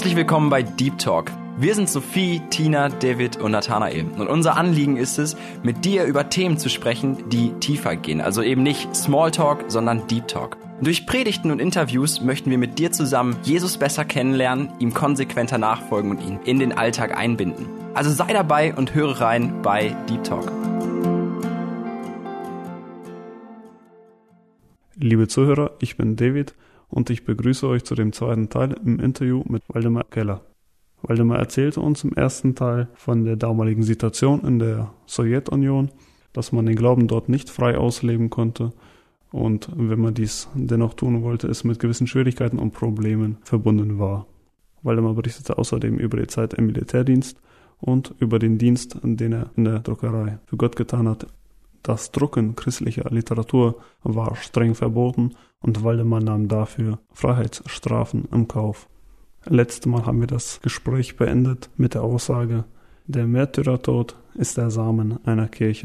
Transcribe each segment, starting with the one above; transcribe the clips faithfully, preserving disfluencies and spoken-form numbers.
Herzlich willkommen bei Deep Talk. Wir sind Sophie, Tina, David und Nathanael. Und unser Anliegen ist es, mit dir über Themen zu sprechen, die tiefer gehen. Also eben nicht Smalltalk, sondern Deep Talk. Durch Predigten und Interviews möchten wir mit dir zusammen Jesus besser kennenlernen, ihm konsequenter nachfolgen und ihn in den Alltag einbinden. Also sei dabei und höre rein bei Deep Talk. Liebe Zuhörer, ich bin David und ich begrüße euch zu dem zweiten Teil im Interview mit Waldemar Keller. Waldemar erzählte uns im ersten Teil von der damaligen Situation in der Sowjetunion, dass man den Glauben dort nicht frei ausleben konnte und wenn man dies dennoch tun wollte, es mit gewissen Schwierigkeiten und Problemen verbunden war. Waldemar berichtete außerdem über die Zeit im Militärdienst und über den Dienst, den er in der Druckerei für Gott getan hat. Das Drucken christlicher Literatur war streng verboten und Waldemar nahm dafür Freiheitsstrafen im Kauf. Letztes Mal haben wir das Gespräch beendet mit der Aussage, der Märtyrertod ist der Samen einer Kirche.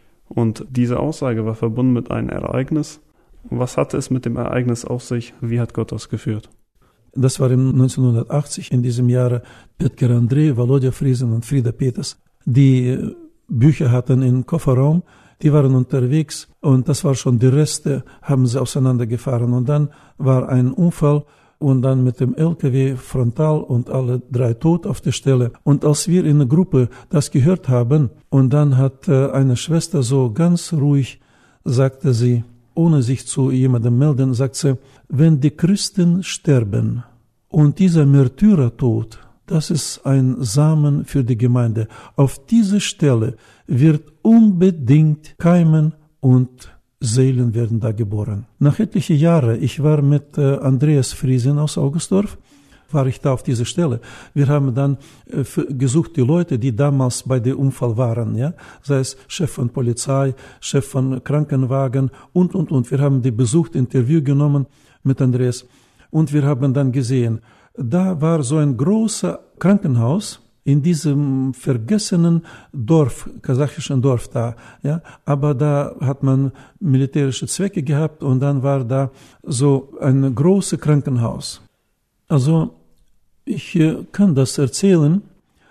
Und diese Aussage war verbunden mit einem Ereignis. Was hatte es mit dem Ereignis auf sich? Wie hat Gott das geführt? Das war im neunzehnhundertachtzig, in diesem Jahre, Petker Andrei, Volodya Friesen und Frieda Peters. Die Bücher hatten im Kofferraum, die waren unterwegs und das war schon die Reste, haben sie auseinandergefahren. Und dann war ein Unfall und dann mit dem L K W frontal und alle drei tot auf der Stelle. Und als wir in der Gruppe das gehört haben und dann hat eine Schwester so ganz ruhig, sagte sie, ohne sich zu jemandem melden, sagt sie, wenn die Christen sterben und dieser Märtyrertod, das ist ein Samen für die Gemeinde. Auf diese Stelle wird unbedingt keimen und Seelen werden da geboren. Nach etlichen Jahren, ich war mit äh, Andreas Friesen aus Augustdorf, war ich da auf dieser Stelle. Wir haben dann äh, für, gesucht die Leute, die damals bei dem Unfall waren, ja, sei es Chef von Polizei, Chef von Krankenwagen und, und, und. Wir haben die besucht, Interview genommen mit Andreas und wir haben dann gesehen, da war so ein großes Krankenhaus in diesem vergessenen Dorf, kasachischen Dorf da, ja, aber da hat man militärische Zwecke gehabt und dann war da so ein großes Krankenhaus. Also ich äh, kann das erzählen,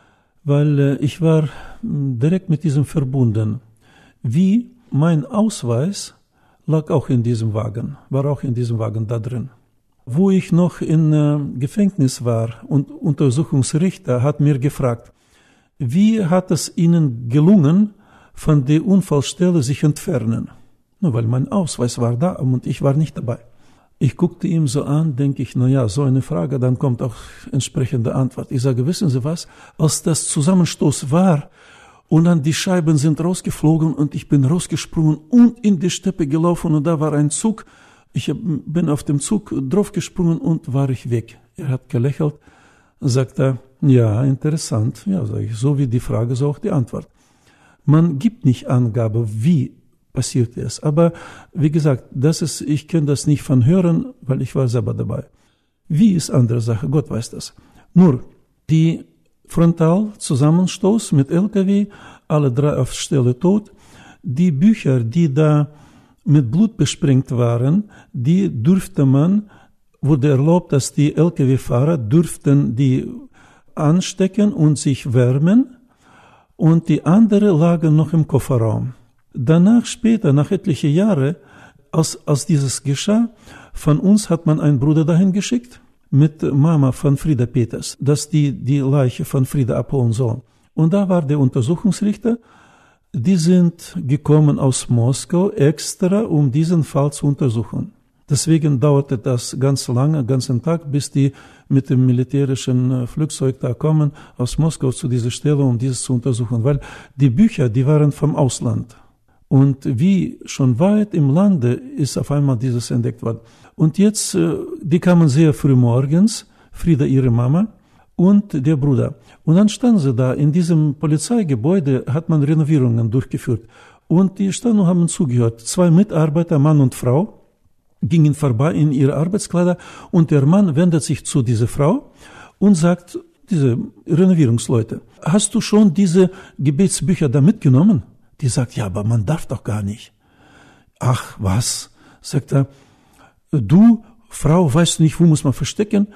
weil äh, ich war direkt mit diesem verbunden. Wie mein Ausweis lag auch in diesem Wagen, war auch in diesem Wagen da drin. Wo ich noch in äh, Gefängnis war und Untersuchungsrichter hat mir gefragt, wie hat es Ihnen gelungen, von der Unfallstelle sich entfernen? Nur weil mein Ausweis war da und ich war nicht dabei. Ich guckte ihm so an, denke ich, na ja, so eine Frage, dann kommt auch entsprechende Antwort. Ich sage, wissen Sie was, als das Zusammenstoß war und dann die Scheiben sind rausgeflogen und ich bin rausgesprungen und in die Steppe gelaufen und da war ein Zug. Ich bin auf dem Zug draufgesprungen und war ich weg. Er hat gelächelt, sagt er, ja, interessant. Ja, sage ich, so wie die Frage, so auch die Antwort. Man gibt nicht Angabe, wie passiert es. Aber wie gesagt, das ist, ich kann das nicht von hören, weil ich war selber dabei. Wie ist andere Sache, Gott weiß das. Nur, die Frontalzusammenstoß mit L K W, alle drei auf Stelle tot, die Bücher, die da mit Blut besprengt waren, die durfte man, wurde erlaubt, dass die L K W-Fahrer dürften die anstecken und sich wärmen und die anderen lagen noch im Kofferraum. Danach später, nach etlichen Jahren, als, als dieses geschah, von uns hat man einen Bruder dahin geschickt mit Mama von Frieda Peters, dass die die Leiche von Frieda abholen sollen. Und da war der Untersuchungsrichter. Die sind gekommen aus Moskau extra, um diesen Fall zu untersuchen. Deswegen dauerte das ganz lange, ganzen Tag, bis die mit dem militärischen Flugzeug da kommen, aus Moskau zu dieser Stelle, um dieses zu untersuchen. Weil die Bücher, die waren vom Ausland. Und wie schon weit im Lande ist auf einmal dieses entdeckt worden. Und jetzt, die kamen sehr früh morgens, Frieda, ihre Mama, und der Bruder. Und dann standen sie da, in diesem Polizeigebäude hat man Renovierungen durchgeführt. Und die standen und haben zugehört. Zwei Mitarbeiter, Mann und Frau, gingen vorbei in ihre Arbeitskleider und der Mann wendet sich zu dieser Frau und sagt, diese Renovierungsleute, hast du schon diese Gebetsbücher da mitgenommen? Die sagt, ja, aber man darf doch gar nicht. Ach, was? Sagt er, du, Frau, weißt du nicht, wo muss man verstecken?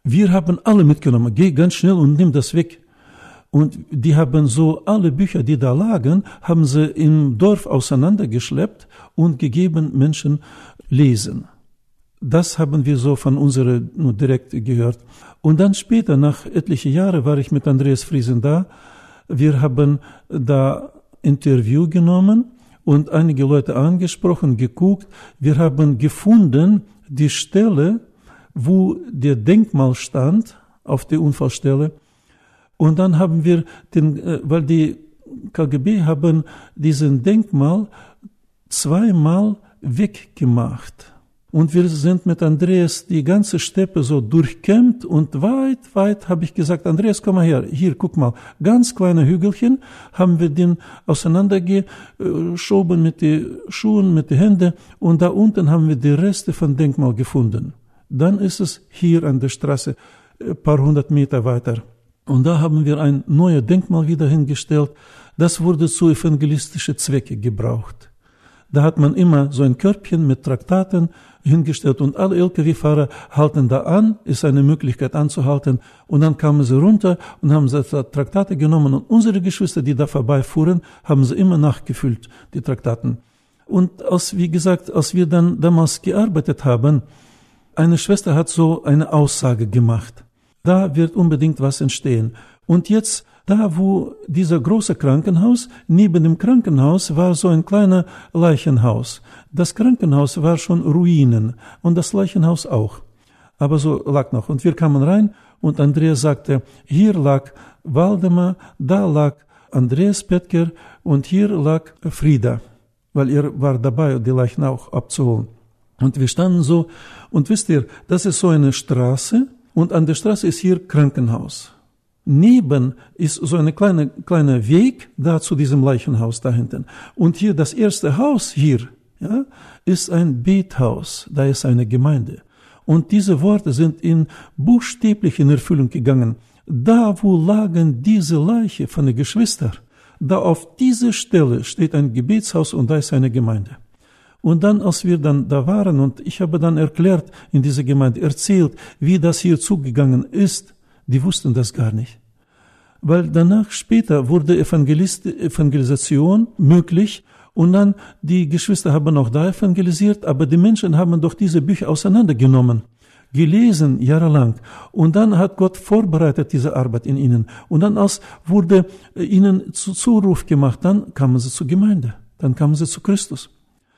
Wir haben alle mitgenommen, geh ganz schnell und nimm das weg. Und die haben so alle Bücher, die da lagen, haben sie im Dorf auseinandergeschleppt und gegeben Menschen lesen. Das haben wir so von unserer nur direkt gehört. Und dann später, nach etlichen Jahren, war ich mit Andreas Friesen da. Wir haben da Interview genommen und einige Leute angesprochen, geguckt. Wir haben gefunden die Stelle, wo der Denkmal stand, auf der Unfallstelle. Und dann haben wir, den, weil die K G B haben diesen Denkmal zweimal weggemacht. Und wir sind mit Andreas die ganze Steppe so durchkämmt und weit, weit habe ich gesagt, Andreas, komm mal her, hier, guck mal, ganz kleine Hügelchen, haben wir den auseinandergeschoben mit den Schuhen, mit den Händen und da unten haben wir die Reste von Denkmal gefunden. Dann ist es hier an der Straße, ein paar hundert Meter weiter. Und da haben wir ein neues Denkmal wieder hingestellt. Das wurde zu evangelistischen Zwecken gebraucht. Da hat man immer so ein Körbchen mit Traktaten hingestellt und alle L K W-Fahrer halten da an, ist eine Möglichkeit anzuhalten. Und dann kamen sie runter und haben sie Traktate genommen und unsere Geschwister, die da vorbeifuhren, haben sie immer nachgefüllt, die Traktaten. Und als, wie gesagt, als wir dann damals gearbeitet haben, eine Schwester hat so eine Aussage gemacht. Da wird unbedingt was entstehen. Und jetzt, da wo dieser große Krankenhaus, neben dem Krankenhaus war so ein kleiner Leichenhaus. Das Krankenhaus war schon Ruinen und das Leichenhaus auch. Aber so lag noch. Und wir kamen rein und Andreas sagte, hier lag Waldemar, da lag Andreas Petker und hier lag Frieda, weil er war dabei, die Leichen auch abzuholen. Und wir standen so, und wisst ihr, das ist so eine Straße, und an der Straße ist hier Krankenhaus. Neben ist so ein kleiner kleiner Weg da zu diesem Leichenhaus da hinten. Und hier das erste Haus hier, ja, ist ein Bethaus. Da ist eine Gemeinde. Und diese Worte sind in buchstäblich in Erfüllung gegangen. Da, wo lagen diese Leiche von den Geschwistern, da auf dieser Stelle steht ein Gebetshaus und da ist eine Gemeinde. Und dann, als wir dann da waren, und ich habe dann erklärt in dieser Gemeinde, erzählt, wie das hier zugegangen ist, die wussten das gar nicht. Weil danach später wurde Evangelist, Evangelisation möglich und dann die Geschwister haben auch da evangelisiert, aber die Menschen haben doch diese Bücher auseinandergenommen, gelesen jahrelang. Und dann hat Gott vorbereitet diese Arbeit in ihnen. Und dann als wurde ihnen zu Zuruf gemacht, dann kamen sie zur Gemeinde, dann kamen sie zu Christus.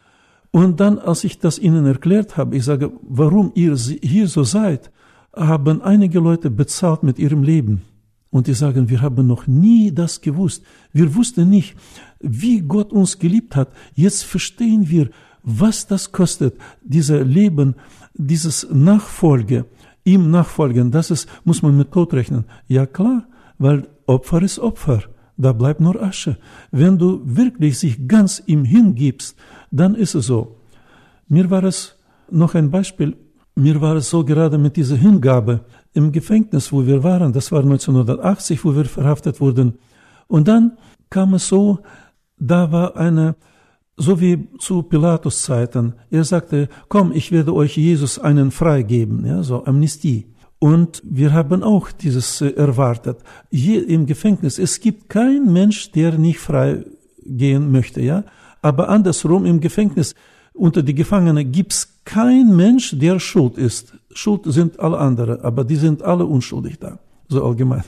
Und dann, als ich das ihnen erklärt habe, ich sage, warum ihr hier so seid, haben einige Leute bezahlt mit ihrem Leben. Und die sagen, wir haben noch nie das gewusst. Wir wussten nicht, wie Gott uns geliebt hat. Jetzt verstehen wir, was das kostet, dieser Leben, dieses Nachfolge, ihm nachfolgen. Das ist, muss man mit Tod rechnen. Ja klar, weil Opfer ist Opfer. Da bleibt nur Asche. Wenn du wirklich sich ganz ihm hingibst, dann ist es so. Mir war es noch ein Beispiel, mir war es so gerade mit dieser Hingabe im Gefängnis, wo wir waren, das war neunzehnhundertachtzig, wo wir verhaftet wurden. Und dann kam es so, da war eine, so wie zu Pilatus Zeiten, er sagte, komm, ich werde euch Jesus einen freigeben, ja, so Amnestie. Und wir haben auch dieses äh, erwartet. Hier im Gefängnis, es gibt keinen Mensch, der nicht frei gehen möchte, ja. Aber andersrum im Gefängnis, unter die Gefangenen gibt's keinen Mensch, der schuld ist. Schuld sind alle anderen, aber die sind alle unschuldig da, so allgemein.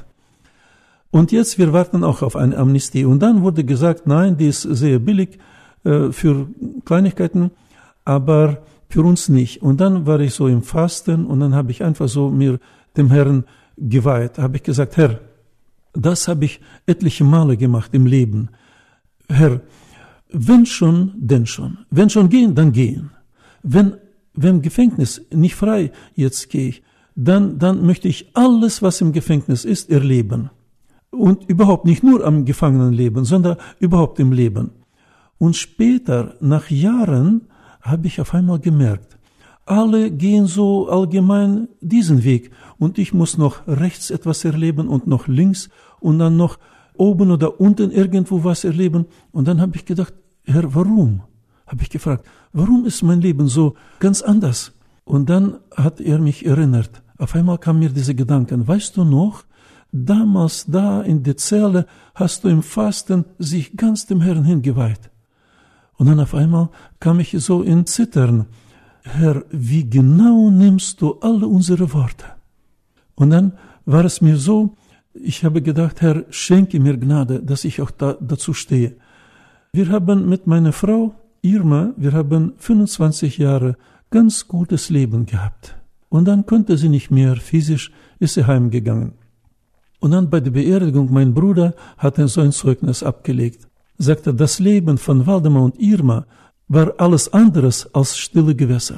Und jetzt, wir warten auch auf eine Amnestie. Und dann wurde gesagt, nein, die ist sehr billig äh, für Kleinigkeiten, aber für uns nicht. Und dann war ich so im Fasten und dann habe ich einfach so mir dem Herrn geweiht. Habe ich gesagt, Herr, das habe ich etliche Male gemacht im Leben. Herr, wenn schon, denn schon. Wenn schon gehen, dann gehen. Wenn, wenn Gefängnis nicht frei, jetzt gehe ich, dann, dann möchte ich alles, was im Gefängnis ist, erleben. Und überhaupt nicht nur am Gefangenenleben, sondern überhaupt im Leben. Und später, nach Jahren, habe ich auf einmal gemerkt, alle gehen so allgemein diesen Weg und ich muss noch rechts etwas erleben und noch links und dann noch oben oder unten irgendwo was erleben. Und dann habe ich gedacht, Herr, warum? Habe ich gefragt, warum ist mein Leben so ganz anders? Und dann hat er mich erinnert Auf einmal kam mir diese Gedanken, weißt du noch, damals da in der Zelle hast du im Fasten sich ganz dem Herrn hingeweiht. Und dann auf einmal kam ich so in Zittern. Herr, wie genau nimmst du alle unsere Worte? Und dann war es mir so, ich habe gedacht, Herr, schenke mir Gnade, dass ich auch da, dazu stehe. Wir haben mit meiner Frau Irma, wir haben fünfundzwanzig Jahre ganz gutes Leben gehabt. Und dann konnte sie nicht mehr, physisch ist sie heimgegangen. Und dann bei der Beerdigung, mein Bruder hat so ein Zeugnis abgelegt. Sagte, das Leben von Waldemar und Irma war alles anderes als stille Gewässer.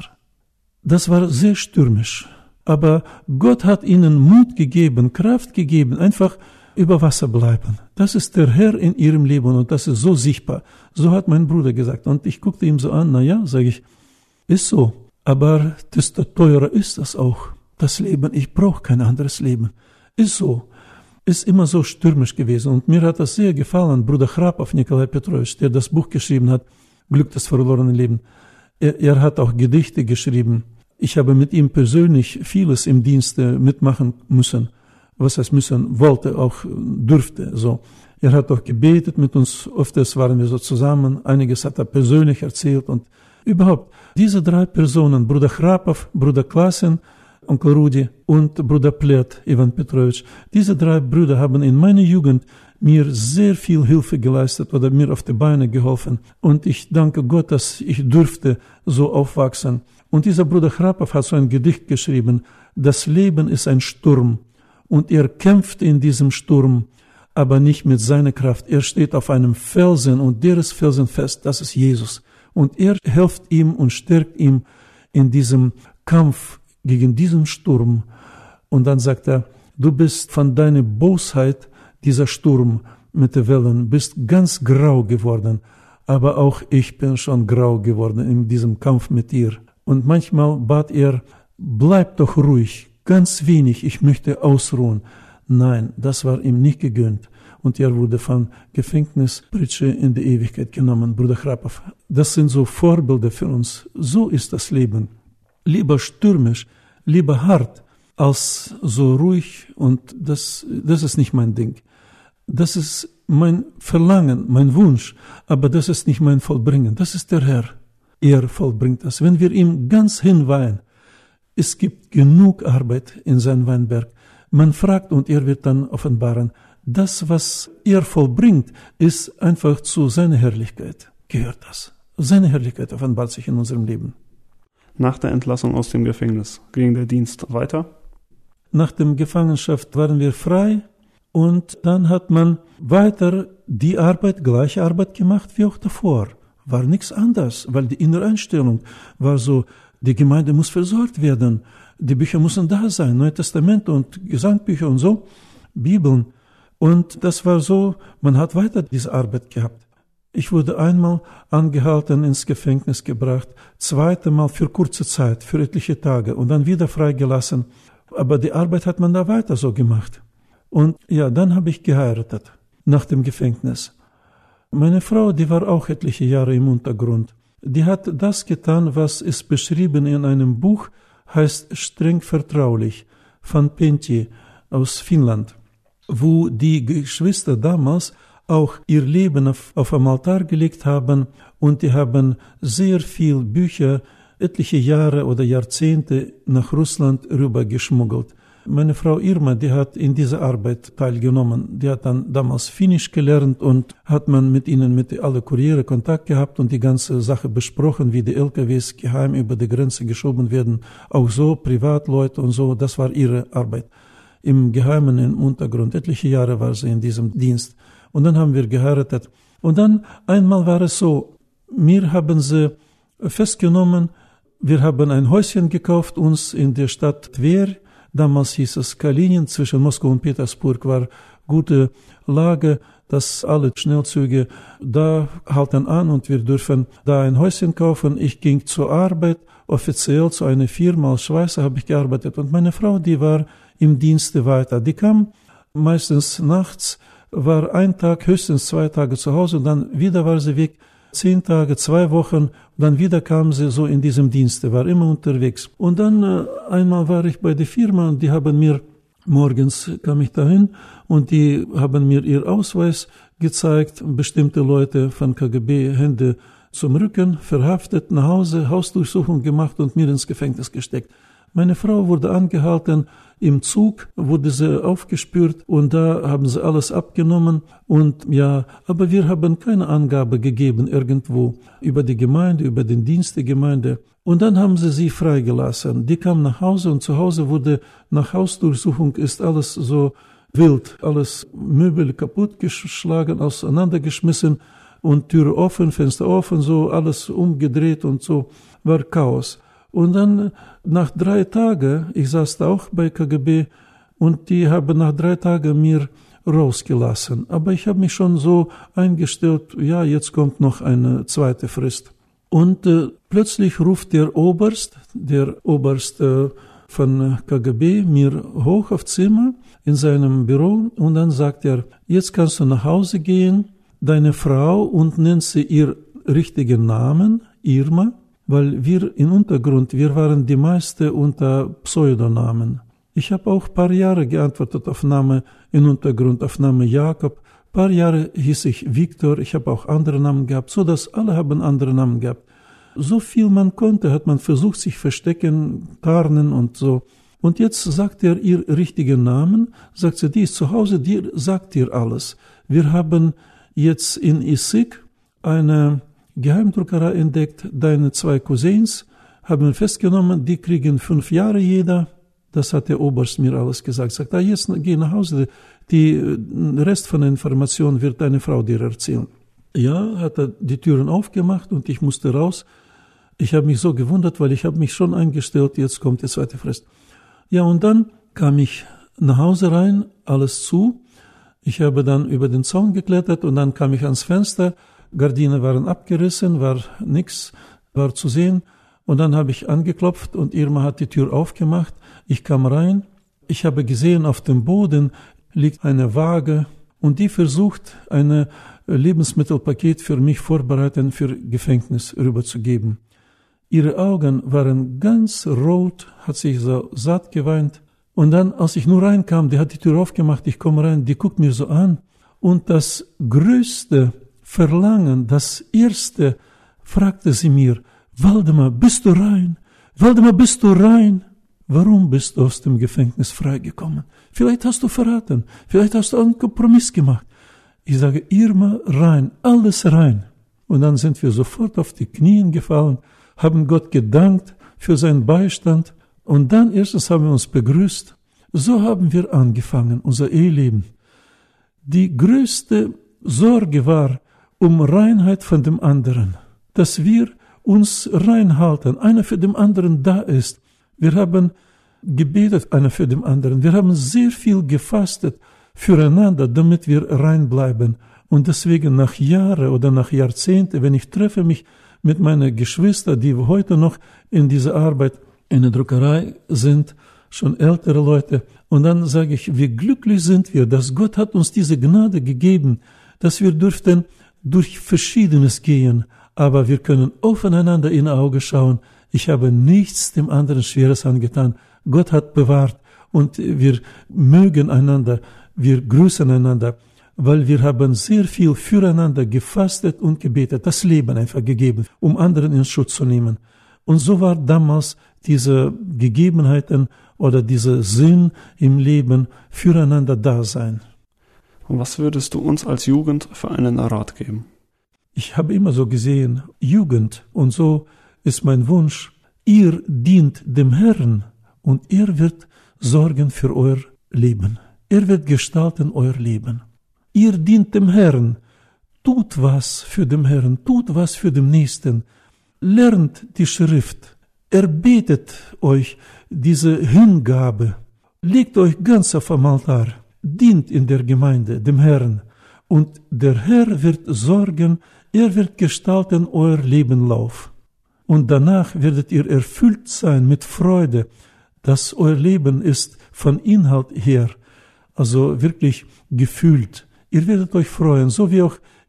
Das war sehr stürmisch. Aber Gott hat ihnen Mut gegeben, Kraft gegeben, einfach über Wasser bleiben. Das ist der Herr in ihrem Leben und das ist so sichtbar. So hat mein Bruder gesagt. Und ich guckte ihm so an, na ja, sage ich, ist so. Aber desto teurer ist das auch. Das Leben, ich brauche kein anderes Leben. Ist so. Ist immer so stürmisch gewesen. Und mir hat das sehr gefallen, Bruder Chrapov, Nikolai Petrovich, der das Buch geschrieben hat, Glück des verlorenen Lebens. Er, er hat auch Gedichte geschrieben. Ich habe mit ihm persönlich vieles im Dienste mitmachen müssen. Was heißt müssen, wollte, auch durfte. So. Er hat auch gebetet mit uns. Öfters waren wir so zusammen. Einiges hat er persönlich erzählt. Und überhaupt, diese drei Personen, Bruder Chrapov, Bruder Klassen, Onkel Rudi und Bruder Plett, Ivan Petrovich, diese drei Brüder haben in meiner Jugend mir sehr viel Hilfe geleistet oder mir auf die Beine geholfen. Und ich danke Gott, dass ich durfte so aufwachsen. Und dieser Bruder Chrapov hat so ein Gedicht geschrieben, das Leben ist ein Sturm. Und er kämpft in diesem Sturm, aber nicht mit seiner Kraft. Er steht auf einem Felsen und der ist felsenfest, das ist Jesus. Und er hilft ihm und stärkt ihm in diesem Kampf gegen diesen Sturm. Und dann sagt er, du bist von deiner Bosheit, dieser Sturm mit den Wellen, bist ganz grau geworden. Aber auch ich bin schon grau geworden in diesem Kampf mit dir. Und manchmal bat er, bleib doch ruhig, ganz wenig, ich möchte ausruhen. Nein, das war ihm nicht gegönnt. Und er wurde von Gefängnispritsche in die Ewigkeit genommen, Bruder Chrapov. Das sind so Vorbilder für uns. So ist das Leben. Lieber stürmisch, lieber hart, als so ruhig. Und das, das ist nicht mein Ding. Das ist mein Verlangen, mein Wunsch. Aber das ist nicht mein Vollbringen. Das ist der Herr. Er vollbringt das. Wenn wir ihm ganz hinweihen, es gibt genug Arbeit in seinem Weinberg. Man fragt und er wird dann offenbaren. Das, was er vollbringt, ist einfach zu seiner Herrlichkeit. Gehört das. Seine Herrlichkeit offenbart sich in unserem Leben. Nach der Entlassung aus dem Gefängnis ging der Dienst weiter? Nach der Gefangenschaft waren wir frei und dann hat man weiter die Arbeit, gleiche Arbeit gemacht wie auch davor. War nichts anderes, weil die innere Einstellung war so, die Gemeinde muss versorgt werden, die Bücher müssen da sein, Neue Testamente und Gesangbücher und so, Bibeln. Und das war so, man hat weiter diese Arbeit gehabt. Ich wurde einmal angehalten, ins Gefängnis gebracht, zweite Mal für kurze Zeit, für etliche Tage und dann wieder freigelassen. Aber die Arbeit hat man da weiter so gemacht. Und ja, dann habe ich geheiratet, nach dem Gefängnis. Meine Frau, die war auch etliche Jahre im Untergrund. Die hat das getan, was ist beschrieben in einem Buch, heißt Streng vertraulich, von Pentti aus Finnland, wo die Geschwister damals auch ihr Leben auf, auf am Altar gelegt haben und die haben sehr viel Bücher, etliche Jahre oder Jahrzehnte nach Russland rüber geschmuggelt. Meine Frau Irma, die hat in dieser Arbeit teilgenommen. Die hat dann damals Finnisch gelernt und hat man mit ihnen, mit alle Kuriere Kontakt gehabt und die ganze Sache besprochen, wie die L K Ws geheim über die Grenze geschoben werden. Auch so, Privatleute und so, das war ihre Arbeit. Im Geheimen, im Untergrund. Etliche Jahre war sie in diesem Dienst. Und dann haben wir geheiratet. Und dann einmal war es so, mir haben sie festgenommen, wir haben ein Häuschen gekauft, uns in der Stadt Twer. Damals hieß es Kalinin, zwischen Moskau und Petersburg war gute Lage, dass alle Schnellzüge da halten an und wir dürfen da ein Häuschen kaufen. Ich ging zur Arbeit, offiziell zu einer Firma als Schweißer habe ich gearbeitet und meine Frau, die war im Dienste weiter. Die kam meistens nachts, war ein Tag, höchstens zwei Tage zu Hause und dann wieder war sie weg zehn Tage, zwei Wochen. Und dann wieder kam sie so in diesem Dienste, war immer unterwegs. Und dann äh, einmal war ich bei der Firma und die haben mir, morgens kam ich dahin und die haben mir ihr Ausweis gezeigt. Bestimmte Leute von K G B, Hände zum Rücken, verhaftet, nach Hause, Hausdurchsuchung gemacht und mir ins Gefängnis gesteckt. Meine Frau wurde angehalten, im Zug wurde sie aufgespürt und da haben sie alles abgenommen und ja, aber wir haben keine Angabe gegeben irgendwo über die Gemeinde, über den Dienst der Gemeinde. Und dann haben sie sie freigelassen. Die kam nach Hause und zu Hause wurde nach Hausdurchsuchung ist alles so wild, alles Möbel kaputtgeschlagen, auseinandergeschmissen und Tür offen, Fenster offen, so alles umgedreht und so war Chaos. Und dann nach drei Tagen, ich saß da auch bei K G B und die haben nach drei Tagen mir rausgelassen. Aber ich habe mich schon so eingestellt, ja, jetzt kommt noch eine zweite Frist. Und äh, plötzlich ruft der Oberst, der Oberst äh, von K G B mir hoch aufs Zimmer in seinem Büro und dann sagt er, jetzt kannst du nach Hause gehen, deine Frau und nennt sie ihr richtigen Namen, Irma, weil wir im Untergrund, wir waren die meiste unter Pseudonamen. Ich habe auch ein paar Jahre geantwortet auf Name im Untergrund, auf Name Jakob. Ein paar Jahre hieß ich Viktor, ich habe auch andere Namen gehabt, so dass alle haben andere Namen gehabt. So viel man konnte, hat man versucht, sich verstecken, tarnen und so. Und jetzt sagt er ihr richtigen Namen, sagt sie, die ist zu Hause, die sagt ihr alles. Wir haben jetzt in Issyk eine Geheimdruckerei entdeckt, deine zwei Cousins haben festgenommen, die kriegen fünf Jahre jeder. Das hat der Oberst mir alles gesagt. Sagt, ah, jetzt geh nach Hause, den Rest von der Information wird deine Frau dir erzählen. Ja, hat er die Türen aufgemacht und ich musste raus. Ich habe mich so gewundert, weil ich habe mich schon eingestellt, jetzt kommt die zweite Frist. Ja, und dann kam ich nach Hause rein, alles zu. Ich habe dann über den Zaun geklettert und dann kam ich ans Fenster. Gardinen waren abgerissen, war nichts, war zu sehen. Und dann habe ich angeklopft und Irma hat die Tür aufgemacht. Ich kam rein. Ich habe gesehen, auf dem Boden liegt eine Waage und die versucht, ein Lebensmittelpaket für mich vorbereiten, für Gefängnis rüberzugeben. Ihre Augen waren ganz rot, hat sich so satt geweint. Und dann, als ich nur reinkam, die hat die Tür aufgemacht, ich komme rein, die guckt mir so an. Und das größte Verlangen, das erste, fragte sie mir, Waldemar, bist du rein? Waldemar, bist du rein? Warum bist du aus dem Gefängnis freigekommen? Vielleicht hast du verraten, vielleicht hast du einen Kompromiss gemacht. Ich sage, Irma, rein, alles rein. Und dann sind wir sofort auf die Knien gefallen, haben Gott gedankt für seinen Beistand. Und dann erstens haben wir uns begrüßt. So haben wir angefangen, unser Eheleben. Die größte Sorge war um Reinheit von dem anderen, dass wir uns reinhalten, einer für den anderen da ist. Wir haben gebetet, einer für den anderen. Wir haben sehr viel gefastet füreinander, damit wir rein bleiben. Und deswegen nach Jahren oder nach Jahrzehnten, wenn ich treffe mich mit meinen Geschwistern, die heute noch in dieser Arbeit in der Druckerei sind, schon ältere Leute, und dann sage ich, wie glücklich sind wir, dass Gott hat uns diese Gnade gegeben, dass wir dürften durch Verschiedenes gehen, aber wir können aufeinander in die Augen schauen. Ich habe nichts dem anderen Schweres angetan. Gott hat bewahrt und wir mögen einander, wir grüßen einander, weil wir haben sehr viel füreinander gefastet und gebetet, das Leben einfach gegeben, um anderen in Schutz zu nehmen. Und so war damals diese Gegebenheiten oder dieser Sinn im Leben füreinander da sein. Und was würdest du uns als Jugend für einen Rat geben? Ich habe immer so gesehen, Jugend, und so ist mein Wunsch, ihr dient dem Herrn und er wird sorgen für euer Leben. Er wird gestalten euer Leben. Ihr dient dem Herrn, tut was für den Herrn, tut was für den Nächsten, lernt die Schrift, erbetet euch diese Hingabe, legt euch ganz auf dem Altar, dient in der Gemeinde dem Herrn und der Herr wird sorgen, er wird gestalten euer Lebenlauf. Und danach werdet ihr erfüllt sein mit Freude, dass euer Leben ist von Inhalt her, also wirklich gefühlt. Ihr werdet euch freuen, so wie auch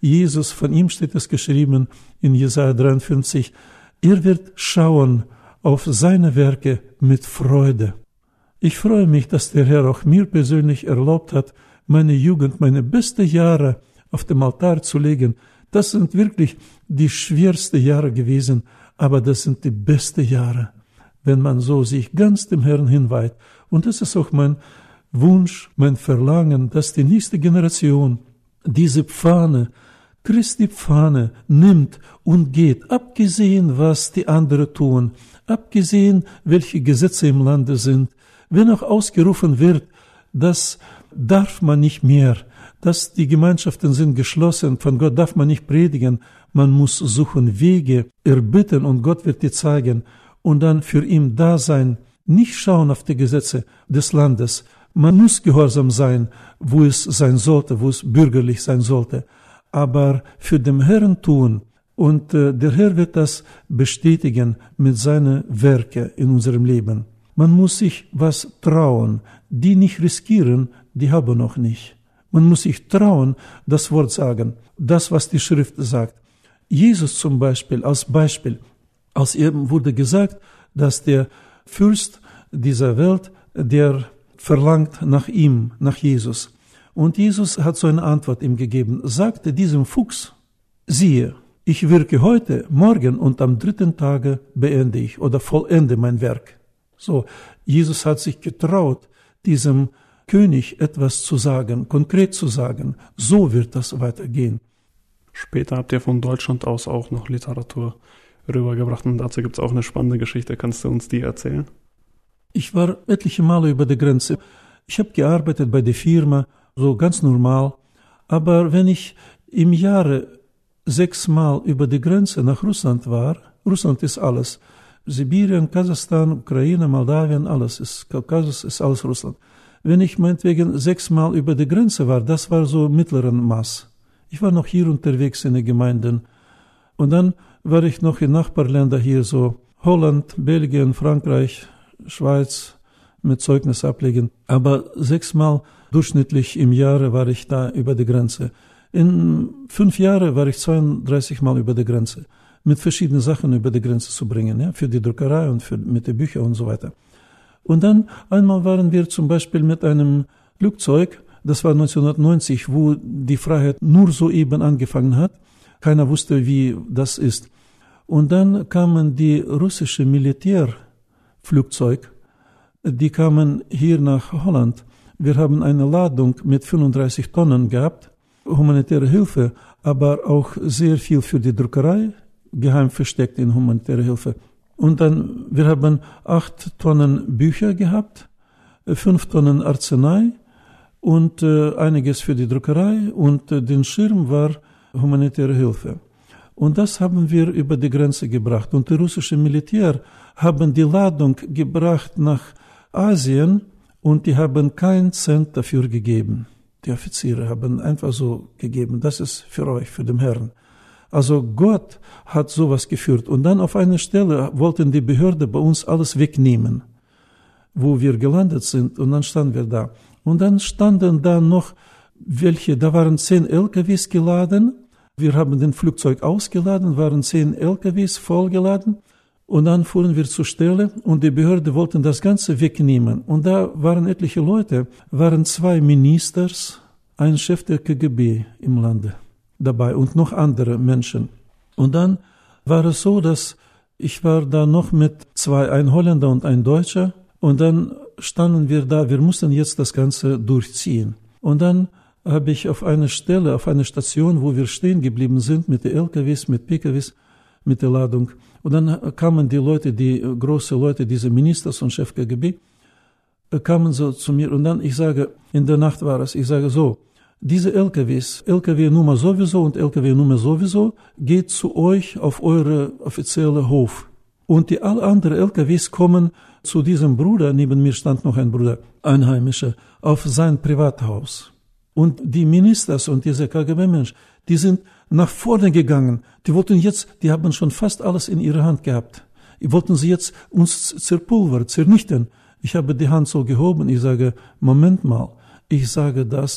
Jesus, von ihm steht es geschrieben in Jesaja dreiundfünfzig, er wird schauen auf seine Werke mit Freude. Ich freue mich, dass der Herr auch mir persönlich erlaubt hat, meine Jugend, meine besten Jahre auf dem Altar zu legen. Das sind wirklich die schwersten Jahre gewesen, aber das sind die besten Jahre, wenn man so sich ganz dem Herrn hinweiht. Und das ist auch mein Wunsch, mein Verlangen, dass die nächste Generation diese Pfahne, Christi Pfahne, nimmt und geht, abgesehen, was die anderen tun, abgesehen, welche Gesetze im Lande sind. Wenn auch ausgerufen wird, das darf man nicht mehr, dass die Gemeinschaften sind geschlossen, von Gott darf man nicht predigen, man muss suchen Wege, erbitten und Gott wird dir zeigen und dann für ihn da sein, nicht schauen auf die Gesetze des Landes. Man muss gehorsam sein, wo es sein sollte, wo es bürgerlich sein sollte, aber für den Herrn tun und äh, der Herr wird das bestätigen mit seinen Werken in unserem Leben. Man muss sich was trauen, die nicht riskieren, die haben noch nicht. Man muss sich trauen, das Wort sagen, das, was die Schrift sagt. Jesus zum Beispiel, als Beispiel, als eben wurde gesagt, dass der Fürst dieser Welt, der verlangt nach ihm, nach Jesus. Und Jesus hat so eine Antwort ihm gegeben, sagte diesem Fuchs, siehe, ich wirke heute, morgen und am dritten Tage beende ich oder vollende mein Werk. So, Jesus hat sich getraut, diesem König etwas zu sagen, konkret zu sagen. So wird das weitergehen. Später habt ihr von Deutschland aus auch noch Literatur rübergebracht und dazu gibt es auch eine spannende Geschichte. Kannst du uns die erzählen? Ich war etliche Male über der Grenze. Ich habe gearbeitet bei der Firma, so ganz normal. Aber wenn ich im Jahre sechsmal über die Grenze nach Russland war, Russland ist alles, Sibirien, Kasachstan, Ukraine, Moldawien, alles ist, Kaukasus ist alles Russland. Wenn ich meinetwegen sechsmal über die Grenze war, das war so mittleren Maß. Ich war noch hier unterwegs in den Gemeinden. Und dann war ich noch in Nachbarländern hier, so Holland, Belgien, Frankreich, Schweiz, mit Zeugnis ablegen. Aber sechsmal durchschnittlich im Jahre war ich da über die Grenze. In fünf Jahren war ich zweiunddreißig Mal über die Grenze, mit verschiedenen Sachen über die Grenze zu bringen, ja, für die Druckerei und für, mit den Büchern und so weiter. Und dann einmal waren wir zum Beispiel mit einem Flugzeug, das war neunzehnhundertneunzig, wo die Freiheit nur soeben angefangen hat. Keiner wusste, wie das ist. Und dann kamen die russischen Militärflugzeuge, die kamen hier nach Holland. Wir haben eine Ladung mit fünfunddreißig Tonnen gehabt, humanitäre Hilfe, aber auch sehr viel für die Druckerei, geheim versteckt in humanitäre Hilfe. Und dann, wir haben acht Tonnen Bücher gehabt, fünf Tonnen Arznei und äh, einiges für die Druckerei und äh, den Schirm war humanitäre Hilfe. Und das haben wir über die Grenze gebracht. Und die russischen Militär haben die Ladung gebracht nach Asien und die haben keinen Cent dafür gegeben. Die Offiziere haben einfach so gegeben, das ist für euch, für den Herrn. Also Gott hat sowas geführt. Und dann auf einer Stelle wollten die Behörde bei uns alles wegnehmen, wo wir gelandet sind. Und dann standen wir da. Und dann standen da noch welche, da waren zehn L K Ws geladen. Wir haben den Flugzeug ausgeladen, waren zehn L K Ws vollgeladen. Und dann fuhren wir zur Stelle und die Behörde wollten das Ganze wegnehmen. Und da waren etliche Leute, waren zwei Ministers, ein Chef der K G B im Lande dabei und noch andere Menschen. Und dann war es so, dass ich war da noch mit zwei, ein Holländer und ein Deutscher. Und dann standen wir da, wir mussten jetzt das Ganze durchziehen. Und dann habe ich auf einer Stelle, auf einer Station, wo wir stehen geblieben sind, mit den L K Ws, mit P K Ws, mit der Ladung. Und dann kamen die Leute, die große Leute, diese Ministers und Chef K G B, kamen so zu mir. Und dann, ich sage, in der Nacht war es, ich sage so, diese L K Ws, L K W-Nummer sowieso und L K W-Nummer sowieso, geht zu euch auf eure offizielle Hof. Und die alle anderen L K Ws kommen zu diesem Bruder, neben mir stand noch ein Bruder, Einheimischer, auf sein Privathaus. Und die Ministers und diese K G B-Mensch, die sind nach vorne gegangen. Die wollten jetzt, die haben schon fast alles in ihrer Hand gehabt. Die wollten sie jetzt uns zerpulvern, zernichten. Ich habe die Hand so gehoben, ich sage, Moment mal, ich sage das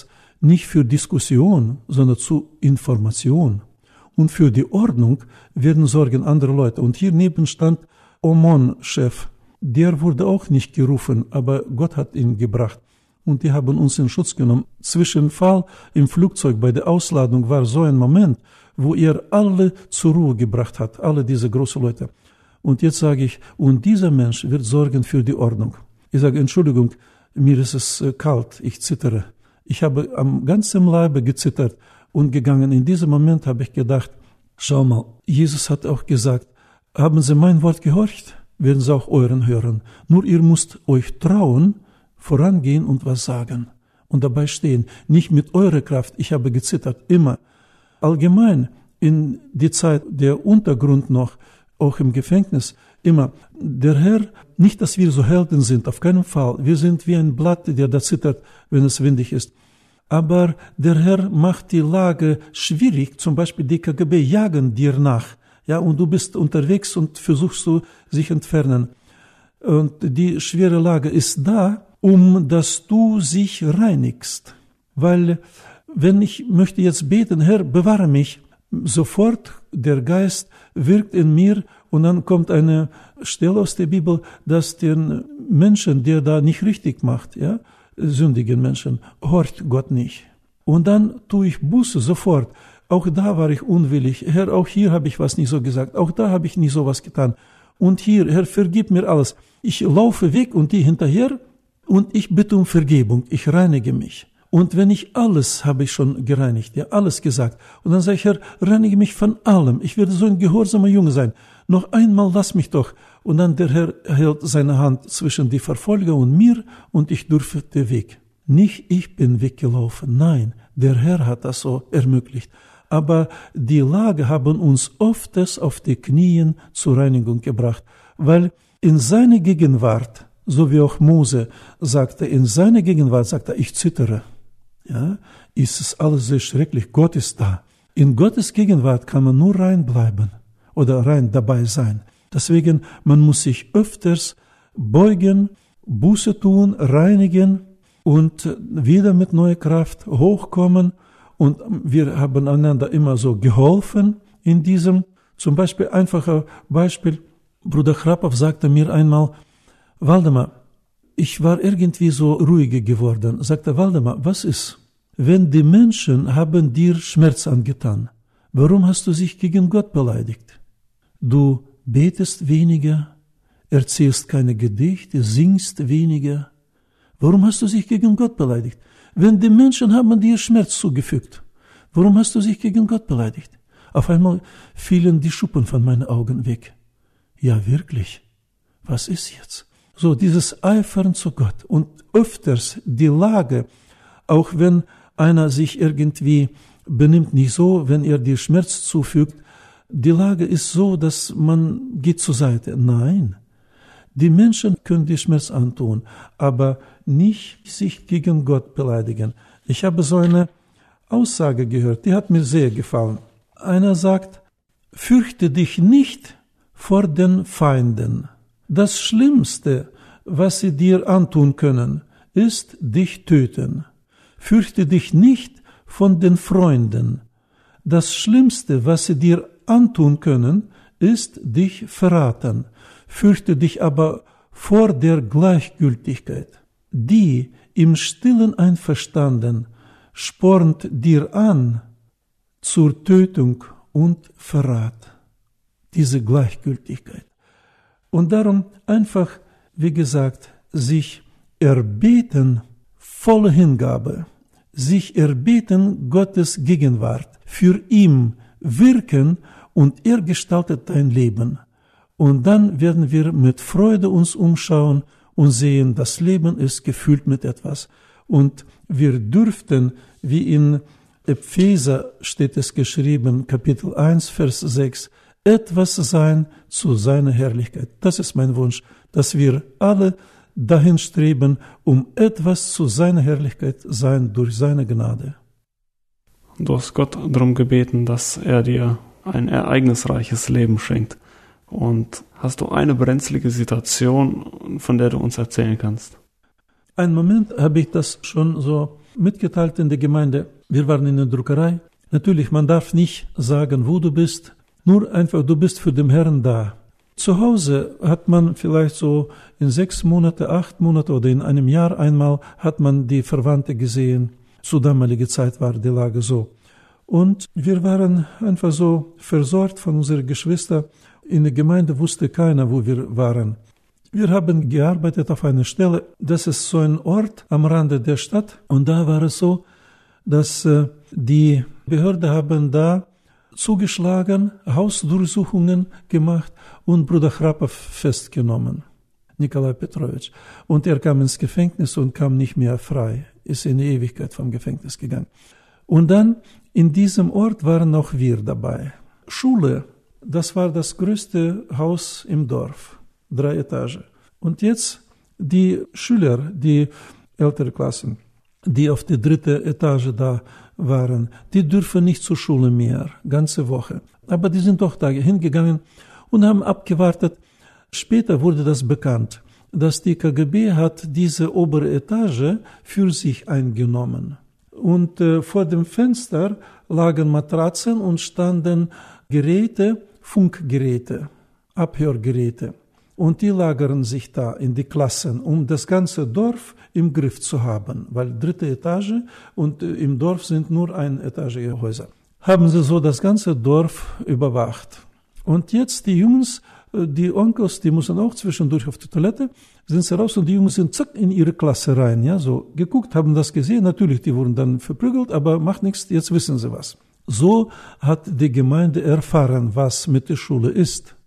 nicht für Diskussion, sondern zu Information. Und für die Ordnung werden sorgen andere Leute. Und hier neben stand Omon-Chef. Der wurde auch nicht gerufen, aber Gott hat ihn gebracht. Und die haben uns in Schutz genommen. Zwischenfall im Flugzeug bei der Ausladung war so ein Moment, wo er alle zur Ruhe gebracht hat, alle diese großen Leute. Und jetzt sage ich, und dieser Mensch wird sorgen für die Ordnung. Ich sage, Entschuldigung, mir ist es kalt, ich zittere. Ich habe am ganzen Leibe gezittert und gegangen. In diesem Moment habe ich gedacht, schau mal, Jesus hat auch gesagt, haben Sie mein Wort gehorcht, werden Sie auch euren hören. Nur ihr müsst euch trauen, vorangehen und was sagen. Und dabei stehen, nicht mit eurer Kraft, ich habe gezittert, immer. Allgemein, in die Zeit der Untergrund noch, auch im Gefängnis, immer, der Herr, nicht, dass wir so Helden sind, auf keinen Fall. Wir sind wie ein Blatt, der da zittert, wenn es windig ist. Aber der Herr macht die Lage schwierig, zum Beispiel die K G B jagen dir nach, ja, und du bist unterwegs und versuchst zu sich entfernen. Und die schwere Lage ist da, um dass du sich reinigst. Weil, wenn ich möchte jetzt beten, Herr, bewahre mich, sofort der Geist wirkt in mir und dann kommt eine Stelle aus der Bibel, dass den Menschen, der da nicht richtig macht, ja, sündigen Menschen, horcht Gott nicht. Und dann tue ich Buße sofort. Auch da war ich unwillig. Herr, auch hier habe ich was nicht so gesagt. Auch da habe ich nicht so was getan. Und hier, Herr, vergib mir alles. Ich laufe weg und die hinterher und ich bitte um Vergebung. Ich reinige mich. Und wenn ich alles habe ich schon gereinigt, ja, alles gesagt. Und dann sage ich, Herr, reinige mich von allem. Ich werde so ein gehorsamer Junge sein. Noch einmal lass mich doch. Und dann der Herr hält seine Hand zwischen die Verfolger und mir und ich durfte weg. Nicht ich bin weggelaufen, nein, der Herr hat das so ermöglicht. Aber die Lage haben uns oftest auf die Knien zur Reinigung gebracht, weil in seiner Gegenwart, so wie auch Mose sagte, in seiner Gegenwart sagte er, ich zittere. Ja, ist es alles sehr schrecklich, Gott ist da. In Gottes Gegenwart kann man nur rein bleiben oder rein dabei sein. Deswegen, man muss sich öfters beugen, Buße tun, reinigen und wieder mit neuer Kraft hochkommen. Und wir haben einander immer so geholfen in diesem. Zum Beispiel, einfacher Beispiel, Bruder Chrapov sagte mir einmal, Waldemar, ich war irgendwie so ruhiger geworden. Sagte, Waldemar, was ist, wenn die Menschen haben dir Schmerz angetan? Warum hast du dich gegen Gott beleidigt? Du betest weniger, erzählst keine Gedichte, singst weniger. Warum hast du dich gegen Gott beleidigt? Wenn die Menschen haben dir Schmerz zugefügt, warum hast du dich gegen Gott beleidigt? Auf einmal fielen die Schuppen von meinen Augen weg. Ja, wirklich. Was ist jetzt? So, dieses Eifern zu Gott und öfters die Lage, auch wenn einer sich irgendwie benimmt nicht so, wenn er dir Schmerz zufügt, die Lage ist so, dass man geht zur Seite. Nein, die Menschen können dir Schmerz antun, aber nicht sich gegen Gott beleidigen. Ich habe so eine Aussage gehört, die hat mir sehr gefallen. Einer sagt, fürchte dich nicht vor den Feinden. Das Schlimmste, was sie dir antun können, ist dich töten. Fürchte dich nicht von den Freunden. Das Schlimmste, was sie dir antun können, ist dich verraten. Fürchte dich aber vor der Gleichgültigkeit. Die im stillen Einverstanden spornt dir an zur Tötung und Verrat. Diese Gleichgültigkeit. Und darum einfach, wie gesagt, sich erbeten, volle Hingabe, sich erbeten Gottes Gegenwart, für ihn wirken und er gestaltet dein Leben. Und dann werden wir mit Freude uns umschauen und sehen, das Leben ist gefüllt mit etwas. Und wir dürften, wie in Epheser steht es geschrieben, Kapitel eins, Vers sechs, etwas sein zu seiner Herrlichkeit. Das ist mein Wunsch, dass wir alle dahin streben, um etwas zu seiner Herrlichkeit sein durch seine Gnade. Du hast Gott darum gebeten, dass er dir ein ereignisreiches Leben schenkt. Und hast du eine brenzlige Situation, von der du uns erzählen kannst? Einen Moment habe ich das schon so mitgeteilt in der Gemeinde, wir waren in der Druckerei. Natürlich, man darf nicht sagen, wo du bist, nur einfach, du bist für den Herrn da. Zu Hause hat man vielleicht so in sechs Monate, acht Monate oder in einem Jahr einmal hat man die Verwandte gesehen. Zu damaliger Zeit war die Lage so. Und wir waren einfach so versorgt von unseren Geschwistern. In der Gemeinde wusste keiner, wo wir waren. Wir haben gearbeitet auf einer Stelle, das ist so ein Ort am Rande der Stadt. Und da war es so, dass äh, die Behörden haben da zugeschlagen, Hausdurchsuchungen gemacht und Bruder Chrapow festgenommen, Nikolai Petrowitsch. Und er kam ins Gefängnis und kam nicht mehr frei, ist in die Ewigkeit vom Gefängnis gegangen. Und dann in diesem Ort waren auch wir dabei. Schule, das war das größte Haus im Dorf, drei Etagen. Und jetzt die Schüler, die ältere Klassen, die auf der dritten Etage da waren, die dürfen nicht zur Schule mehr, ganze Woche. Aber die sind doch da hingegangen und haben abgewartet. Später wurde das bekannt, dass die K G B hat diese obere Etage für sich eingenommen. Und äh, vor dem Fenster lagen Matratzen und standen Geräte, Funkgeräte, Abhörgeräte. Und die lagern sich da in die Klassen, um das ganze Dorf im Griff zu haben, weil dritte Etage und äh, im Dorf sind nur einetagige Häuser. Haben sie so das ganze Dorf überwacht. Und jetzt die Jungs, äh, die Onkels, die müssen auch zwischendurch auf die Toilette, sind sie raus und die Jungs sind zack in ihre Klasse rein, ja, so geguckt, haben das gesehen, natürlich, die wurden dann verprügelt, aber macht nichts, jetzt wissen sie was. So hat die Gemeinde erfahren, was mit der Schule ist.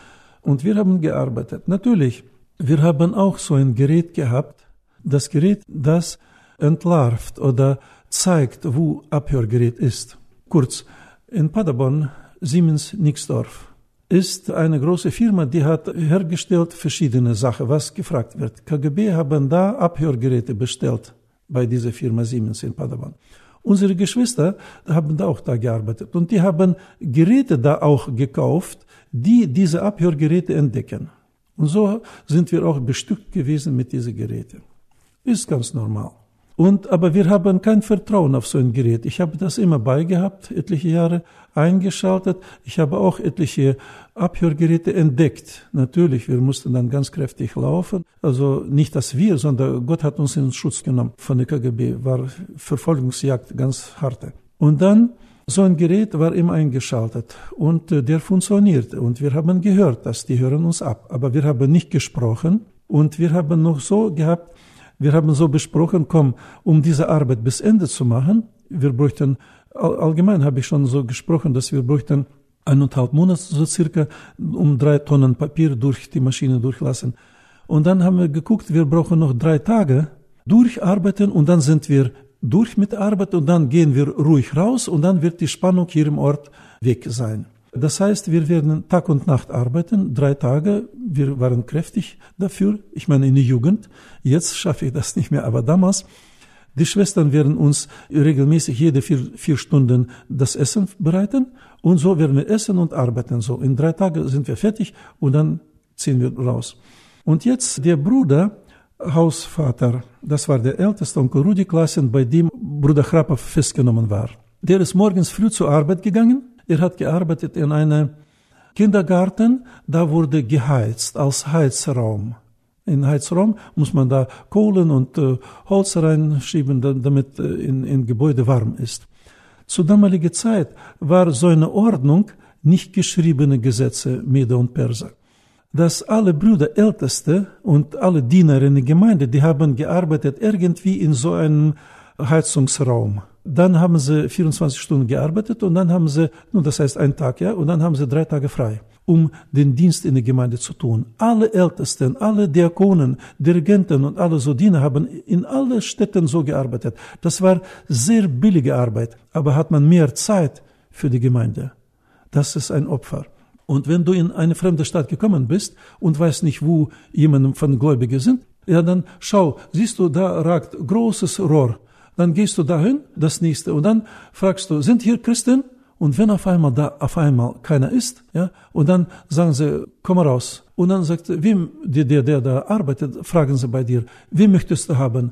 Und wir haben gearbeitet. Natürlich, wir haben auch so ein Gerät gehabt, das Gerät, das entlarvt oder zeigt, wo Abhörgerät ist. Kurz, in Paderborn, Siemens Nixdorf, ist eine große Firma, die hat hergestellt verschiedene Sachen, was gefragt wird. K G B haben da Abhörgeräte bestellt bei dieser Firma Siemens in Paderborn. Unsere Geschwister haben da auch da gearbeitet und die haben Geräte da auch gekauft, die diese Abhörgeräte entdecken. Und so sind wir auch bestückt gewesen mit diesen Geräten. Ist ganz normal. Und, aber wir haben kein Vertrauen auf so ein Gerät. Ich habe das immer beigehabt, etliche Jahre eingeschaltet. Ich habe auch etliche Abhörgeräte entdeckt. Natürlich, wir mussten dann ganz kräftig laufen. Also nicht, dass wir, sondern Gott hat uns in Schutz genommen von der K G B. War Verfolgungsjagd, ganz harte. Und dann, so ein Gerät war immer eingeschaltet und äh, der funktionierte. Und wir haben gehört, dass die hören uns ab. Aber wir haben nicht gesprochen und wir haben noch so gehabt, wir haben so besprochen, komm, um diese Arbeit bis Ende zu machen, wir bräuchten, all, allgemein habe ich schon so gesprochen, dass wir bräuchten eineinhalb Monate so circa, um drei Tonnen Papier durch die Maschine durchlassen. Und dann haben wir geguckt, wir brauchen noch drei Tage durcharbeiten und dann sind wir durch mit der Arbeit und dann gehen wir ruhig raus und dann wird die Spannung hier im Ort weg sein. Das heißt, wir werden Tag und Nacht arbeiten, drei Tage. Wir waren kräftig dafür. Ich meine, in der Jugend. Jetzt schaffe ich das nicht mehr, aber damals. Die Schwestern werden uns regelmäßig jede vier, vier Stunden das Essen bereiten. Und so werden wir essen und arbeiten. So in drei Tagen sind wir fertig und dann ziehen wir raus. Und jetzt der Bruder, Hausvater, das war der älteste Onkel Rudi Klassen, bei dem Bruder Chrapow festgenommen war. Der ist morgens früh zur Arbeit gegangen. Er hat gearbeitet in einem Kindergarten, da wurde geheizt als Heizraum. In Heizraum muss man da Kohlen und äh, Holz reinschieben, damit äh, in, in Gebäude warm ist. Zur damaligen Zeit war so eine Ordnung, nicht geschriebene Gesetze, Meder und Perser, dass alle Brüder, Älteste und alle Diener in der Gemeinde, die haben gearbeitet irgendwie in so einem Heizungsraum. Dann haben sie vierundzwanzig Stunden gearbeitet und dann haben sie, nun das heißt ein Tag, ja, und dann haben sie drei Tage frei, um den Dienst in der Gemeinde zu tun. Alle Ältesten, alle Diakonen, Dirigenten und alle so Diener haben in allen Städten so gearbeitet. Das war sehr billige Arbeit, aber hat man mehr Zeit für die Gemeinde. Das ist ein Opfer. Und wenn du in eine fremde Stadt gekommen bist und weißt nicht, wo jemand von Gläubigen sind, ja, dann schau, siehst du, da ragt großes Rohr. Dann gehst du dahin, das nächste, und dann fragst du, sind hier Christen? Und wenn auf einmal da auf einmal keiner ist, ja, und dann sagen sie, komm raus. Und dann sagt, wem, der, der, der da arbeitet, fragen sie bei dir, wen möchtest du haben?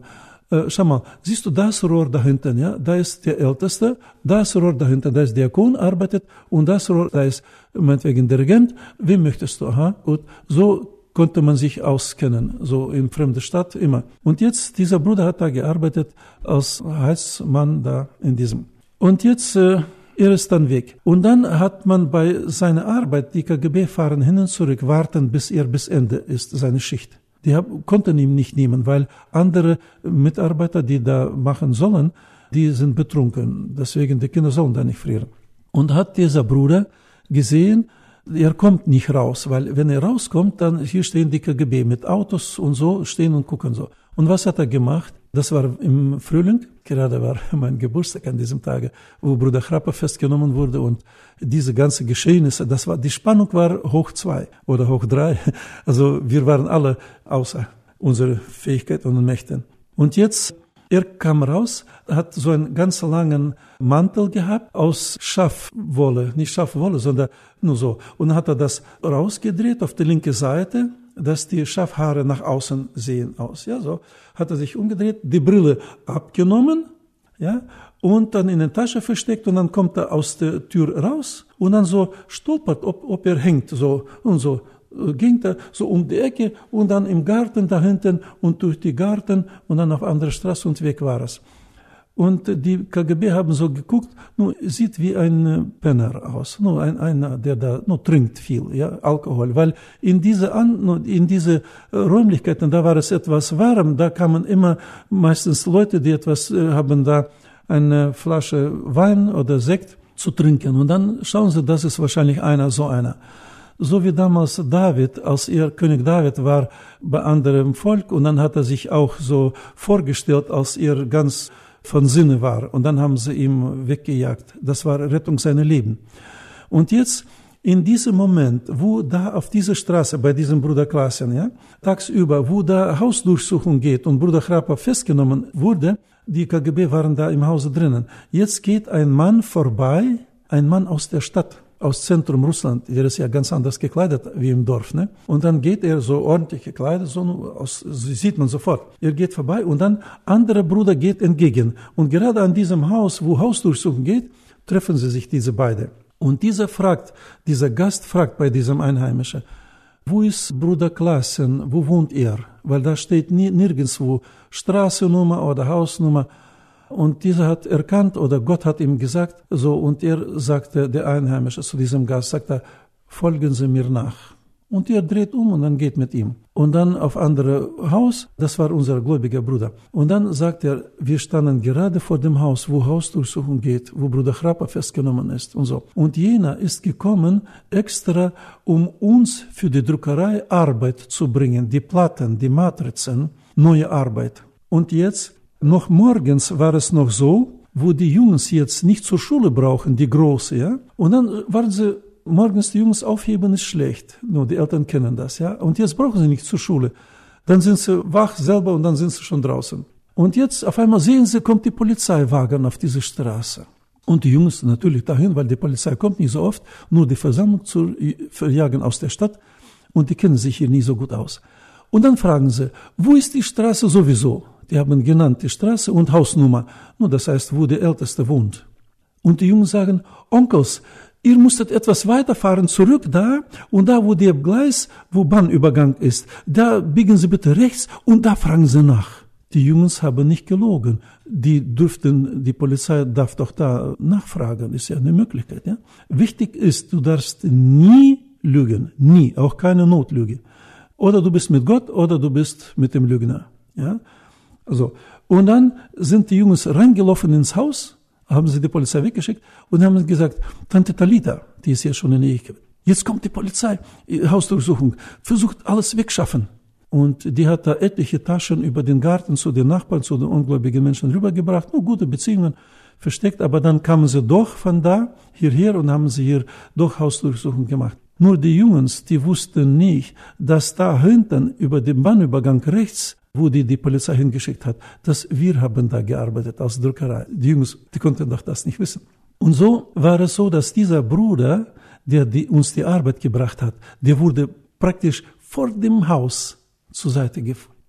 äh, schau mal, siehst du das Rohr da hinten, ja, da ist der Älteste, das Rohr da hinten, da ist Diakon, arbeitet, und das Rohr, da ist meinetwegen Dirigent, wem möchtest du, aha, gut, so konnte man sich auskennen, so in fremder Stadt immer. Und jetzt, dieser Bruder hat da gearbeitet als Heißmann da in diesem. Und jetzt, äh, er ist dann weg. Und dann hat man bei seiner Arbeit, die K G B fahren hin und zurück, warten, bis er bis Ende ist, seine Schicht. Die hab, konnten ihn nicht nehmen, weil andere Mitarbeiter, die da machen sollen, die sind betrunken. Deswegen, die Kinder sollen da nicht frieren. Und hat dieser Bruder gesehen, er kommt nicht raus, weil wenn er rauskommt, dann hier stehen die K G B mit Autos und so, stehen und gucken so. Und was hat er gemacht? Das war im Frühling, gerade war mein Geburtstag an diesem Tage, wo Bruder Chrappa festgenommen wurde, und diese ganze Geschehnisse, das war, die Spannung war hoch zwei oder hoch drei. Also wir waren alle außer unserer Fähigkeit und Mächten. Und jetzt, er kam raus, hat so einen ganz langen Mantel gehabt aus Schafwolle, nicht Schafwolle, sondern nur so. Und dann hat er das rausgedreht auf die linke Seite, dass die Schafhaare nach außen sehen aus. Ja, so hat er sich umgedreht, die Brille abgenommen, ja, und dann in die Tasche versteckt, und dann kommt er aus der Tür raus und dann so stolpert, ob, ob er hängt, so und so. Ging er so um die Ecke und dann im Garten da hinten und durch die Garten und dann auf andere Straße, und weg war es. Und die K G B haben so geguckt, nur sieht wie ein Penner aus, nur ein, einer, der da nur trinkt viel, ja, Alkohol, weil in diese, An, in diese Räumlichkeiten, da war es etwas warm, da kamen immer meistens Leute, die etwas äh, haben da eine Flasche Wein oder Sekt zu trinken, und dann schauen sie, das ist wahrscheinlich einer, so einer. So wie damals David, als er König David war bei anderem Volk, und dann hat er sich auch so vorgestellt, als er ganz von Sinne war, und dann haben sie ihn weggejagt. Das war Rettung seiner Leben. Und jetzt in diesem Moment, wo da auf dieser Straße bei diesem Bruder Klassen, ja, tagsüber, wo da Hausdurchsuchung geht und Bruder Chrappa festgenommen wurde, die K G B waren da im Hause drinnen. Jetzt geht ein Mann vorbei, ein Mann aus der Stadt, aus Zentrum Russland, der ist ja ganz anders gekleidet wie im Dorf, ne? Und dann geht er so ordentlich gekleidet, so aus, sieht man sofort. Er geht vorbei, und dann anderer Bruder geht entgegen. Und gerade an diesem Haus, wo Hausdurchsuchung geht, treffen sie sich diese beide. Und dieser fragt, dieser Gast fragt bei diesem Einheimischen, wo ist Bruder Klassen, wo wohnt er? Weil da steht nie, nirgendwo Straßennummer oder Hausnummer. Und dieser hat erkannt, oder Gott hat ihm gesagt, so, und er sagte, der Einheimische zu diesem Gast, sagt er, folgen Sie mir nach. Und er dreht um und dann geht mit ihm. Und dann auf andere Haus, das war unser gläubiger Bruder. Und dann sagt er, wir standen gerade vor dem Haus, wo Hausdurchsuchung geht, wo Bruder Chrappa festgenommen ist und so. Und jener ist gekommen, extra, um uns für die Druckerei Arbeit zu bringen, die Platten, die Matrizen, neue Arbeit. Und jetzt, noch morgens war es noch so, wo die Jungs jetzt nicht zur Schule brauchen, die Große, ja. Und dann waren sie, morgens die Jungs aufheben ist schlecht. Nur die Eltern kennen das, ja. Und jetzt brauchen sie nicht zur Schule. Dann sind sie wach selber und dann sind sie schon draußen. Und jetzt auf einmal sehen sie, kommt die Polizeiwagen auf diese Straße. Und die Jungs natürlich dahin, weil die Polizei kommt nicht so oft, nur die Versammlung zu verjagen aus der Stadt. Und die kennen sich hier nie so gut aus. Und dann fragen sie, wo ist die Straße sowieso? Die haben genannt die Straße und Hausnummer, nur das heißt, wo der Älteste wohnt. Und die Jungs sagen, Onkels, ihr musstet etwas weiterfahren, zurück da, und da, wo der Gleis, wo Bahnübergang ist, da biegen Sie bitte rechts und da fragen Sie nach. Die Jungs haben nicht gelogen. Die dürften, die Polizei darf doch da nachfragen, ist ja eine Möglichkeit, ja. Wichtig ist, du darfst nie lügen, nie, auch keine Notlüge. Oder du bist mit Gott, oder du bist mit dem Lügner, ja. So. Und dann sind die Jungs reingelaufen ins Haus, haben sie die Polizei weggeschickt und haben gesagt, Tante Talita, die ist ja schon in der Ehe, jetzt kommt die Polizei, Hausdurchsuchung, versucht alles wegschaffen. Und die hat da etliche Taschen über den Garten zu den Nachbarn, zu den ungläubigen Menschen rübergebracht, nur gute Beziehungen versteckt, aber dann kamen sie doch von da hierher und haben sie hier doch Hausdurchsuchung gemacht. Nur die Jungs, die wussten nicht, dass da hinten über den Bahnübergang rechts, wo die die Polizei hingeschickt hat, dass wir haben da gearbeitet als Druckerei. Die Jungs, die konnten doch das nicht wissen. Und so war es so, dass dieser Bruder, der die, uns die Arbeit gebracht hat, der wurde praktisch vor dem Haus zur Seite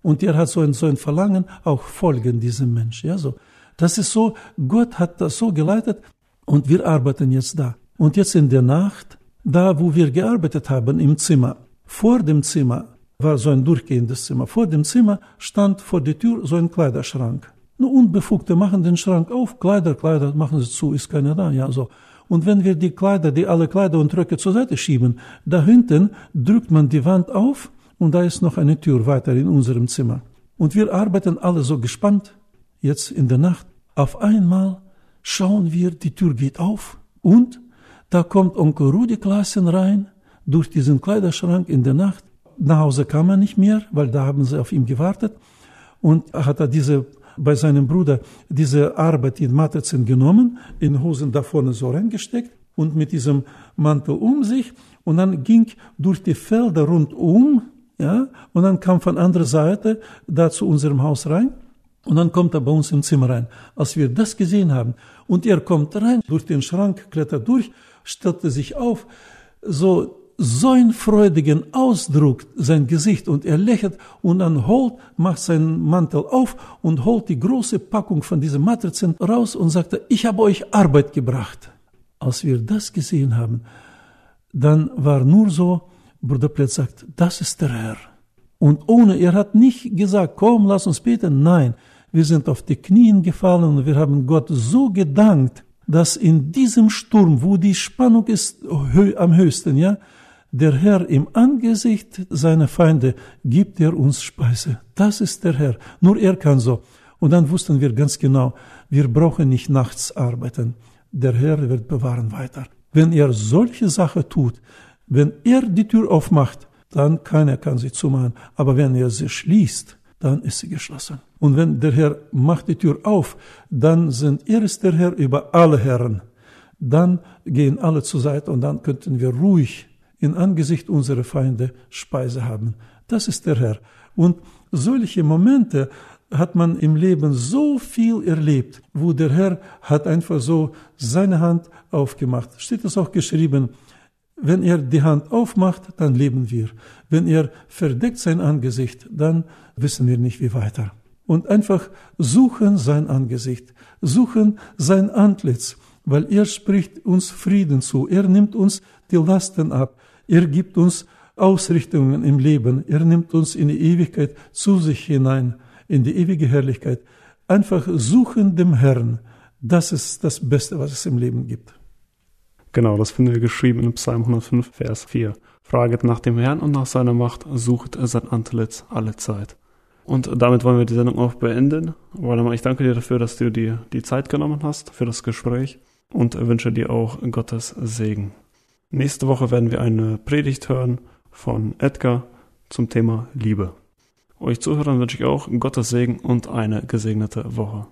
Und er hat so ein, so ein Verlangen, auch folgen diesem Mensch. Ja, so. Das ist so, Gott hat das so geleitet und wir arbeiten jetzt da. Und jetzt in der Nacht, da wo wir gearbeitet haben im Zimmer, vor dem Zimmer war so ein durchgehendes Zimmer, vor dem Zimmer stand vor der Tür so ein Kleiderschrank. Nur Unbefugte machen den Schrank auf, Kleider, Kleider, machen sie zu, ist keiner da, ja so. Und wenn wir die Kleider, die alle Kleider und Röcke zur Seite schieben, da hinten drückt man die Wand auf und da ist noch eine Tür weiter in unserem Zimmer. Und wir arbeiten alle so gespannt, jetzt in der Nacht. Auf einmal schauen wir, die Tür geht auf und da kommt Onkel Rudi Klassen rein, durch diesen Kleiderschrank in der Nacht. Nach Hause kam er nicht mehr, weil da haben sie auf ihn gewartet. Und hat er diese, bei seinem Bruder diese Arbeit in Matrizen genommen, in Hosen da vorne so reingesteckt und mit diesem Mantel um sich. Und dann ging durch die Felder rundum, ja, und dann kam von anderer Seite da zu unserem Haus rein. Und dann kommt er bei uns im Zimmer rein. Als wir das gesehen haben, und er kommt rein, durch den Schrank, klettert durch, stellte sich auf, so, so einen freudigen Ausdruck, sein Gesicht, und er lächelt, und dann holt, macht seinen Mantel auf und holt die große Packung von diesen Matrizen raus und sagte, ich habe euch Arbeit gebracht. Als wir das gesehen haben, dann war nur so, Bruder Pletz sagt, das ist der Herr. Und ohne, er hat nicht gesagt, komm, lass uns beten, nein, wir sind auf die Knien gefallen und wir haben Gott so gedankt, dass in diesem Sturm, wo die Spannung ist am höchsten, ja, der Herr im Angesicht seiner Feinde gibt er uns Speise. Das ist der Herr. Nur er kann so. Und dann wussten wir ganz genau, wir brauchen nicht nachts arbeiten. Der Herr wird bewahren weiter. Wenn er solche Sachen tut, wenn er die Tür aufmacht, dann keiner kann sie zumachen. Aber wenn er sie schließt, dann ist sie geschlossen. Und wenn der Herr macht die Tür auf, dann sind er ist der Herr über alle Herren. Dann gehen alle zur Seite und dann könnten wir ruhig in Angesicht unserer Feinde Speise haben. Das ist der Herr. Und solche Momente hat man im Leben so viel erlebt, wo der Herr hat einfach so seine Hand aufgemacht. Steht es auch geschrieben, wenn er die Hand aufmacht, dann leben wir. Wenn er verdeckt sein Angesicht, dann wissen wir nicht, wie weiter. Und einfach suchen sein Angesicht, suchen sein Antlitz, weil er spricht uns Frieden zu. Er nimmt uns die Lasten ab. Er gibt uns Ausrichtungen im Leben. Er nimmt uns in die Ewigkeit zu sich hinein, in die ewige Herrlichkeit. Einfach suchen dem Herrn. Das ist das Beste, was es im Leben gibt. Genau, das finden wir geschrieben in Psalm hundertfünf, Vers vier. Fraget nach dem Herrn und nach seiner Macht, sucht sein Antlitz alle Zeit. Und damit wollen wir die Sendung auch beenden. Waldemar, ich danke dir dafür, dass du dir die Zeit genommen hast für das Gespräch und wünsche dir auch Gottes Segen. Nächste Woche werden wir eine Predigt hören von Edgar zum Thema Liebe. Euch Zuhörern wünsche ich auch Gottes Segen und eine gesegnete Woche.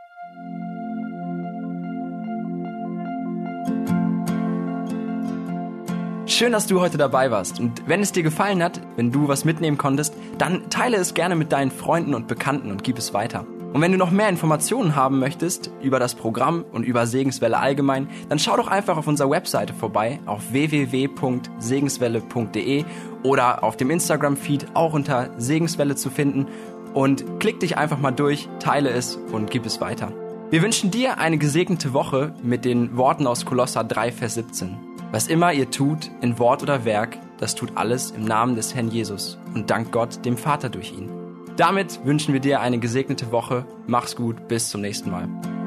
Schön, dass du heute dabei warst. Und wenn es dir gefallen hat, wenn du was mitnehmen konntest, dann teile es gerne mit deinen Freunden und Bekannten und gib es weiter. Und wenn du noch mehr Informationen haben möchtest über das Programm und über Segenswelle allgemein, dann schau doch einfach auf unserer Webseite vorbei auf w w w punkt segenswelle punkt d e oder auf dem Instagram-Feed auch unter Segenswelle zu finden und klick dich einfach mal durch, teile es und gib es weiter. Wir wünschen dir eine gesegnete Woche mit den Worten aus Kolosser drei, Vers siebzehn. Was immer ihr tut, in Wort oder Werk, das tut alles im Namen des Herrn Jesus und dankt Gott, dem Vater durch ihn. Damit wünschen wir dir eine gesegnete Woche. Mach's gut, bis zum nächsten Mal.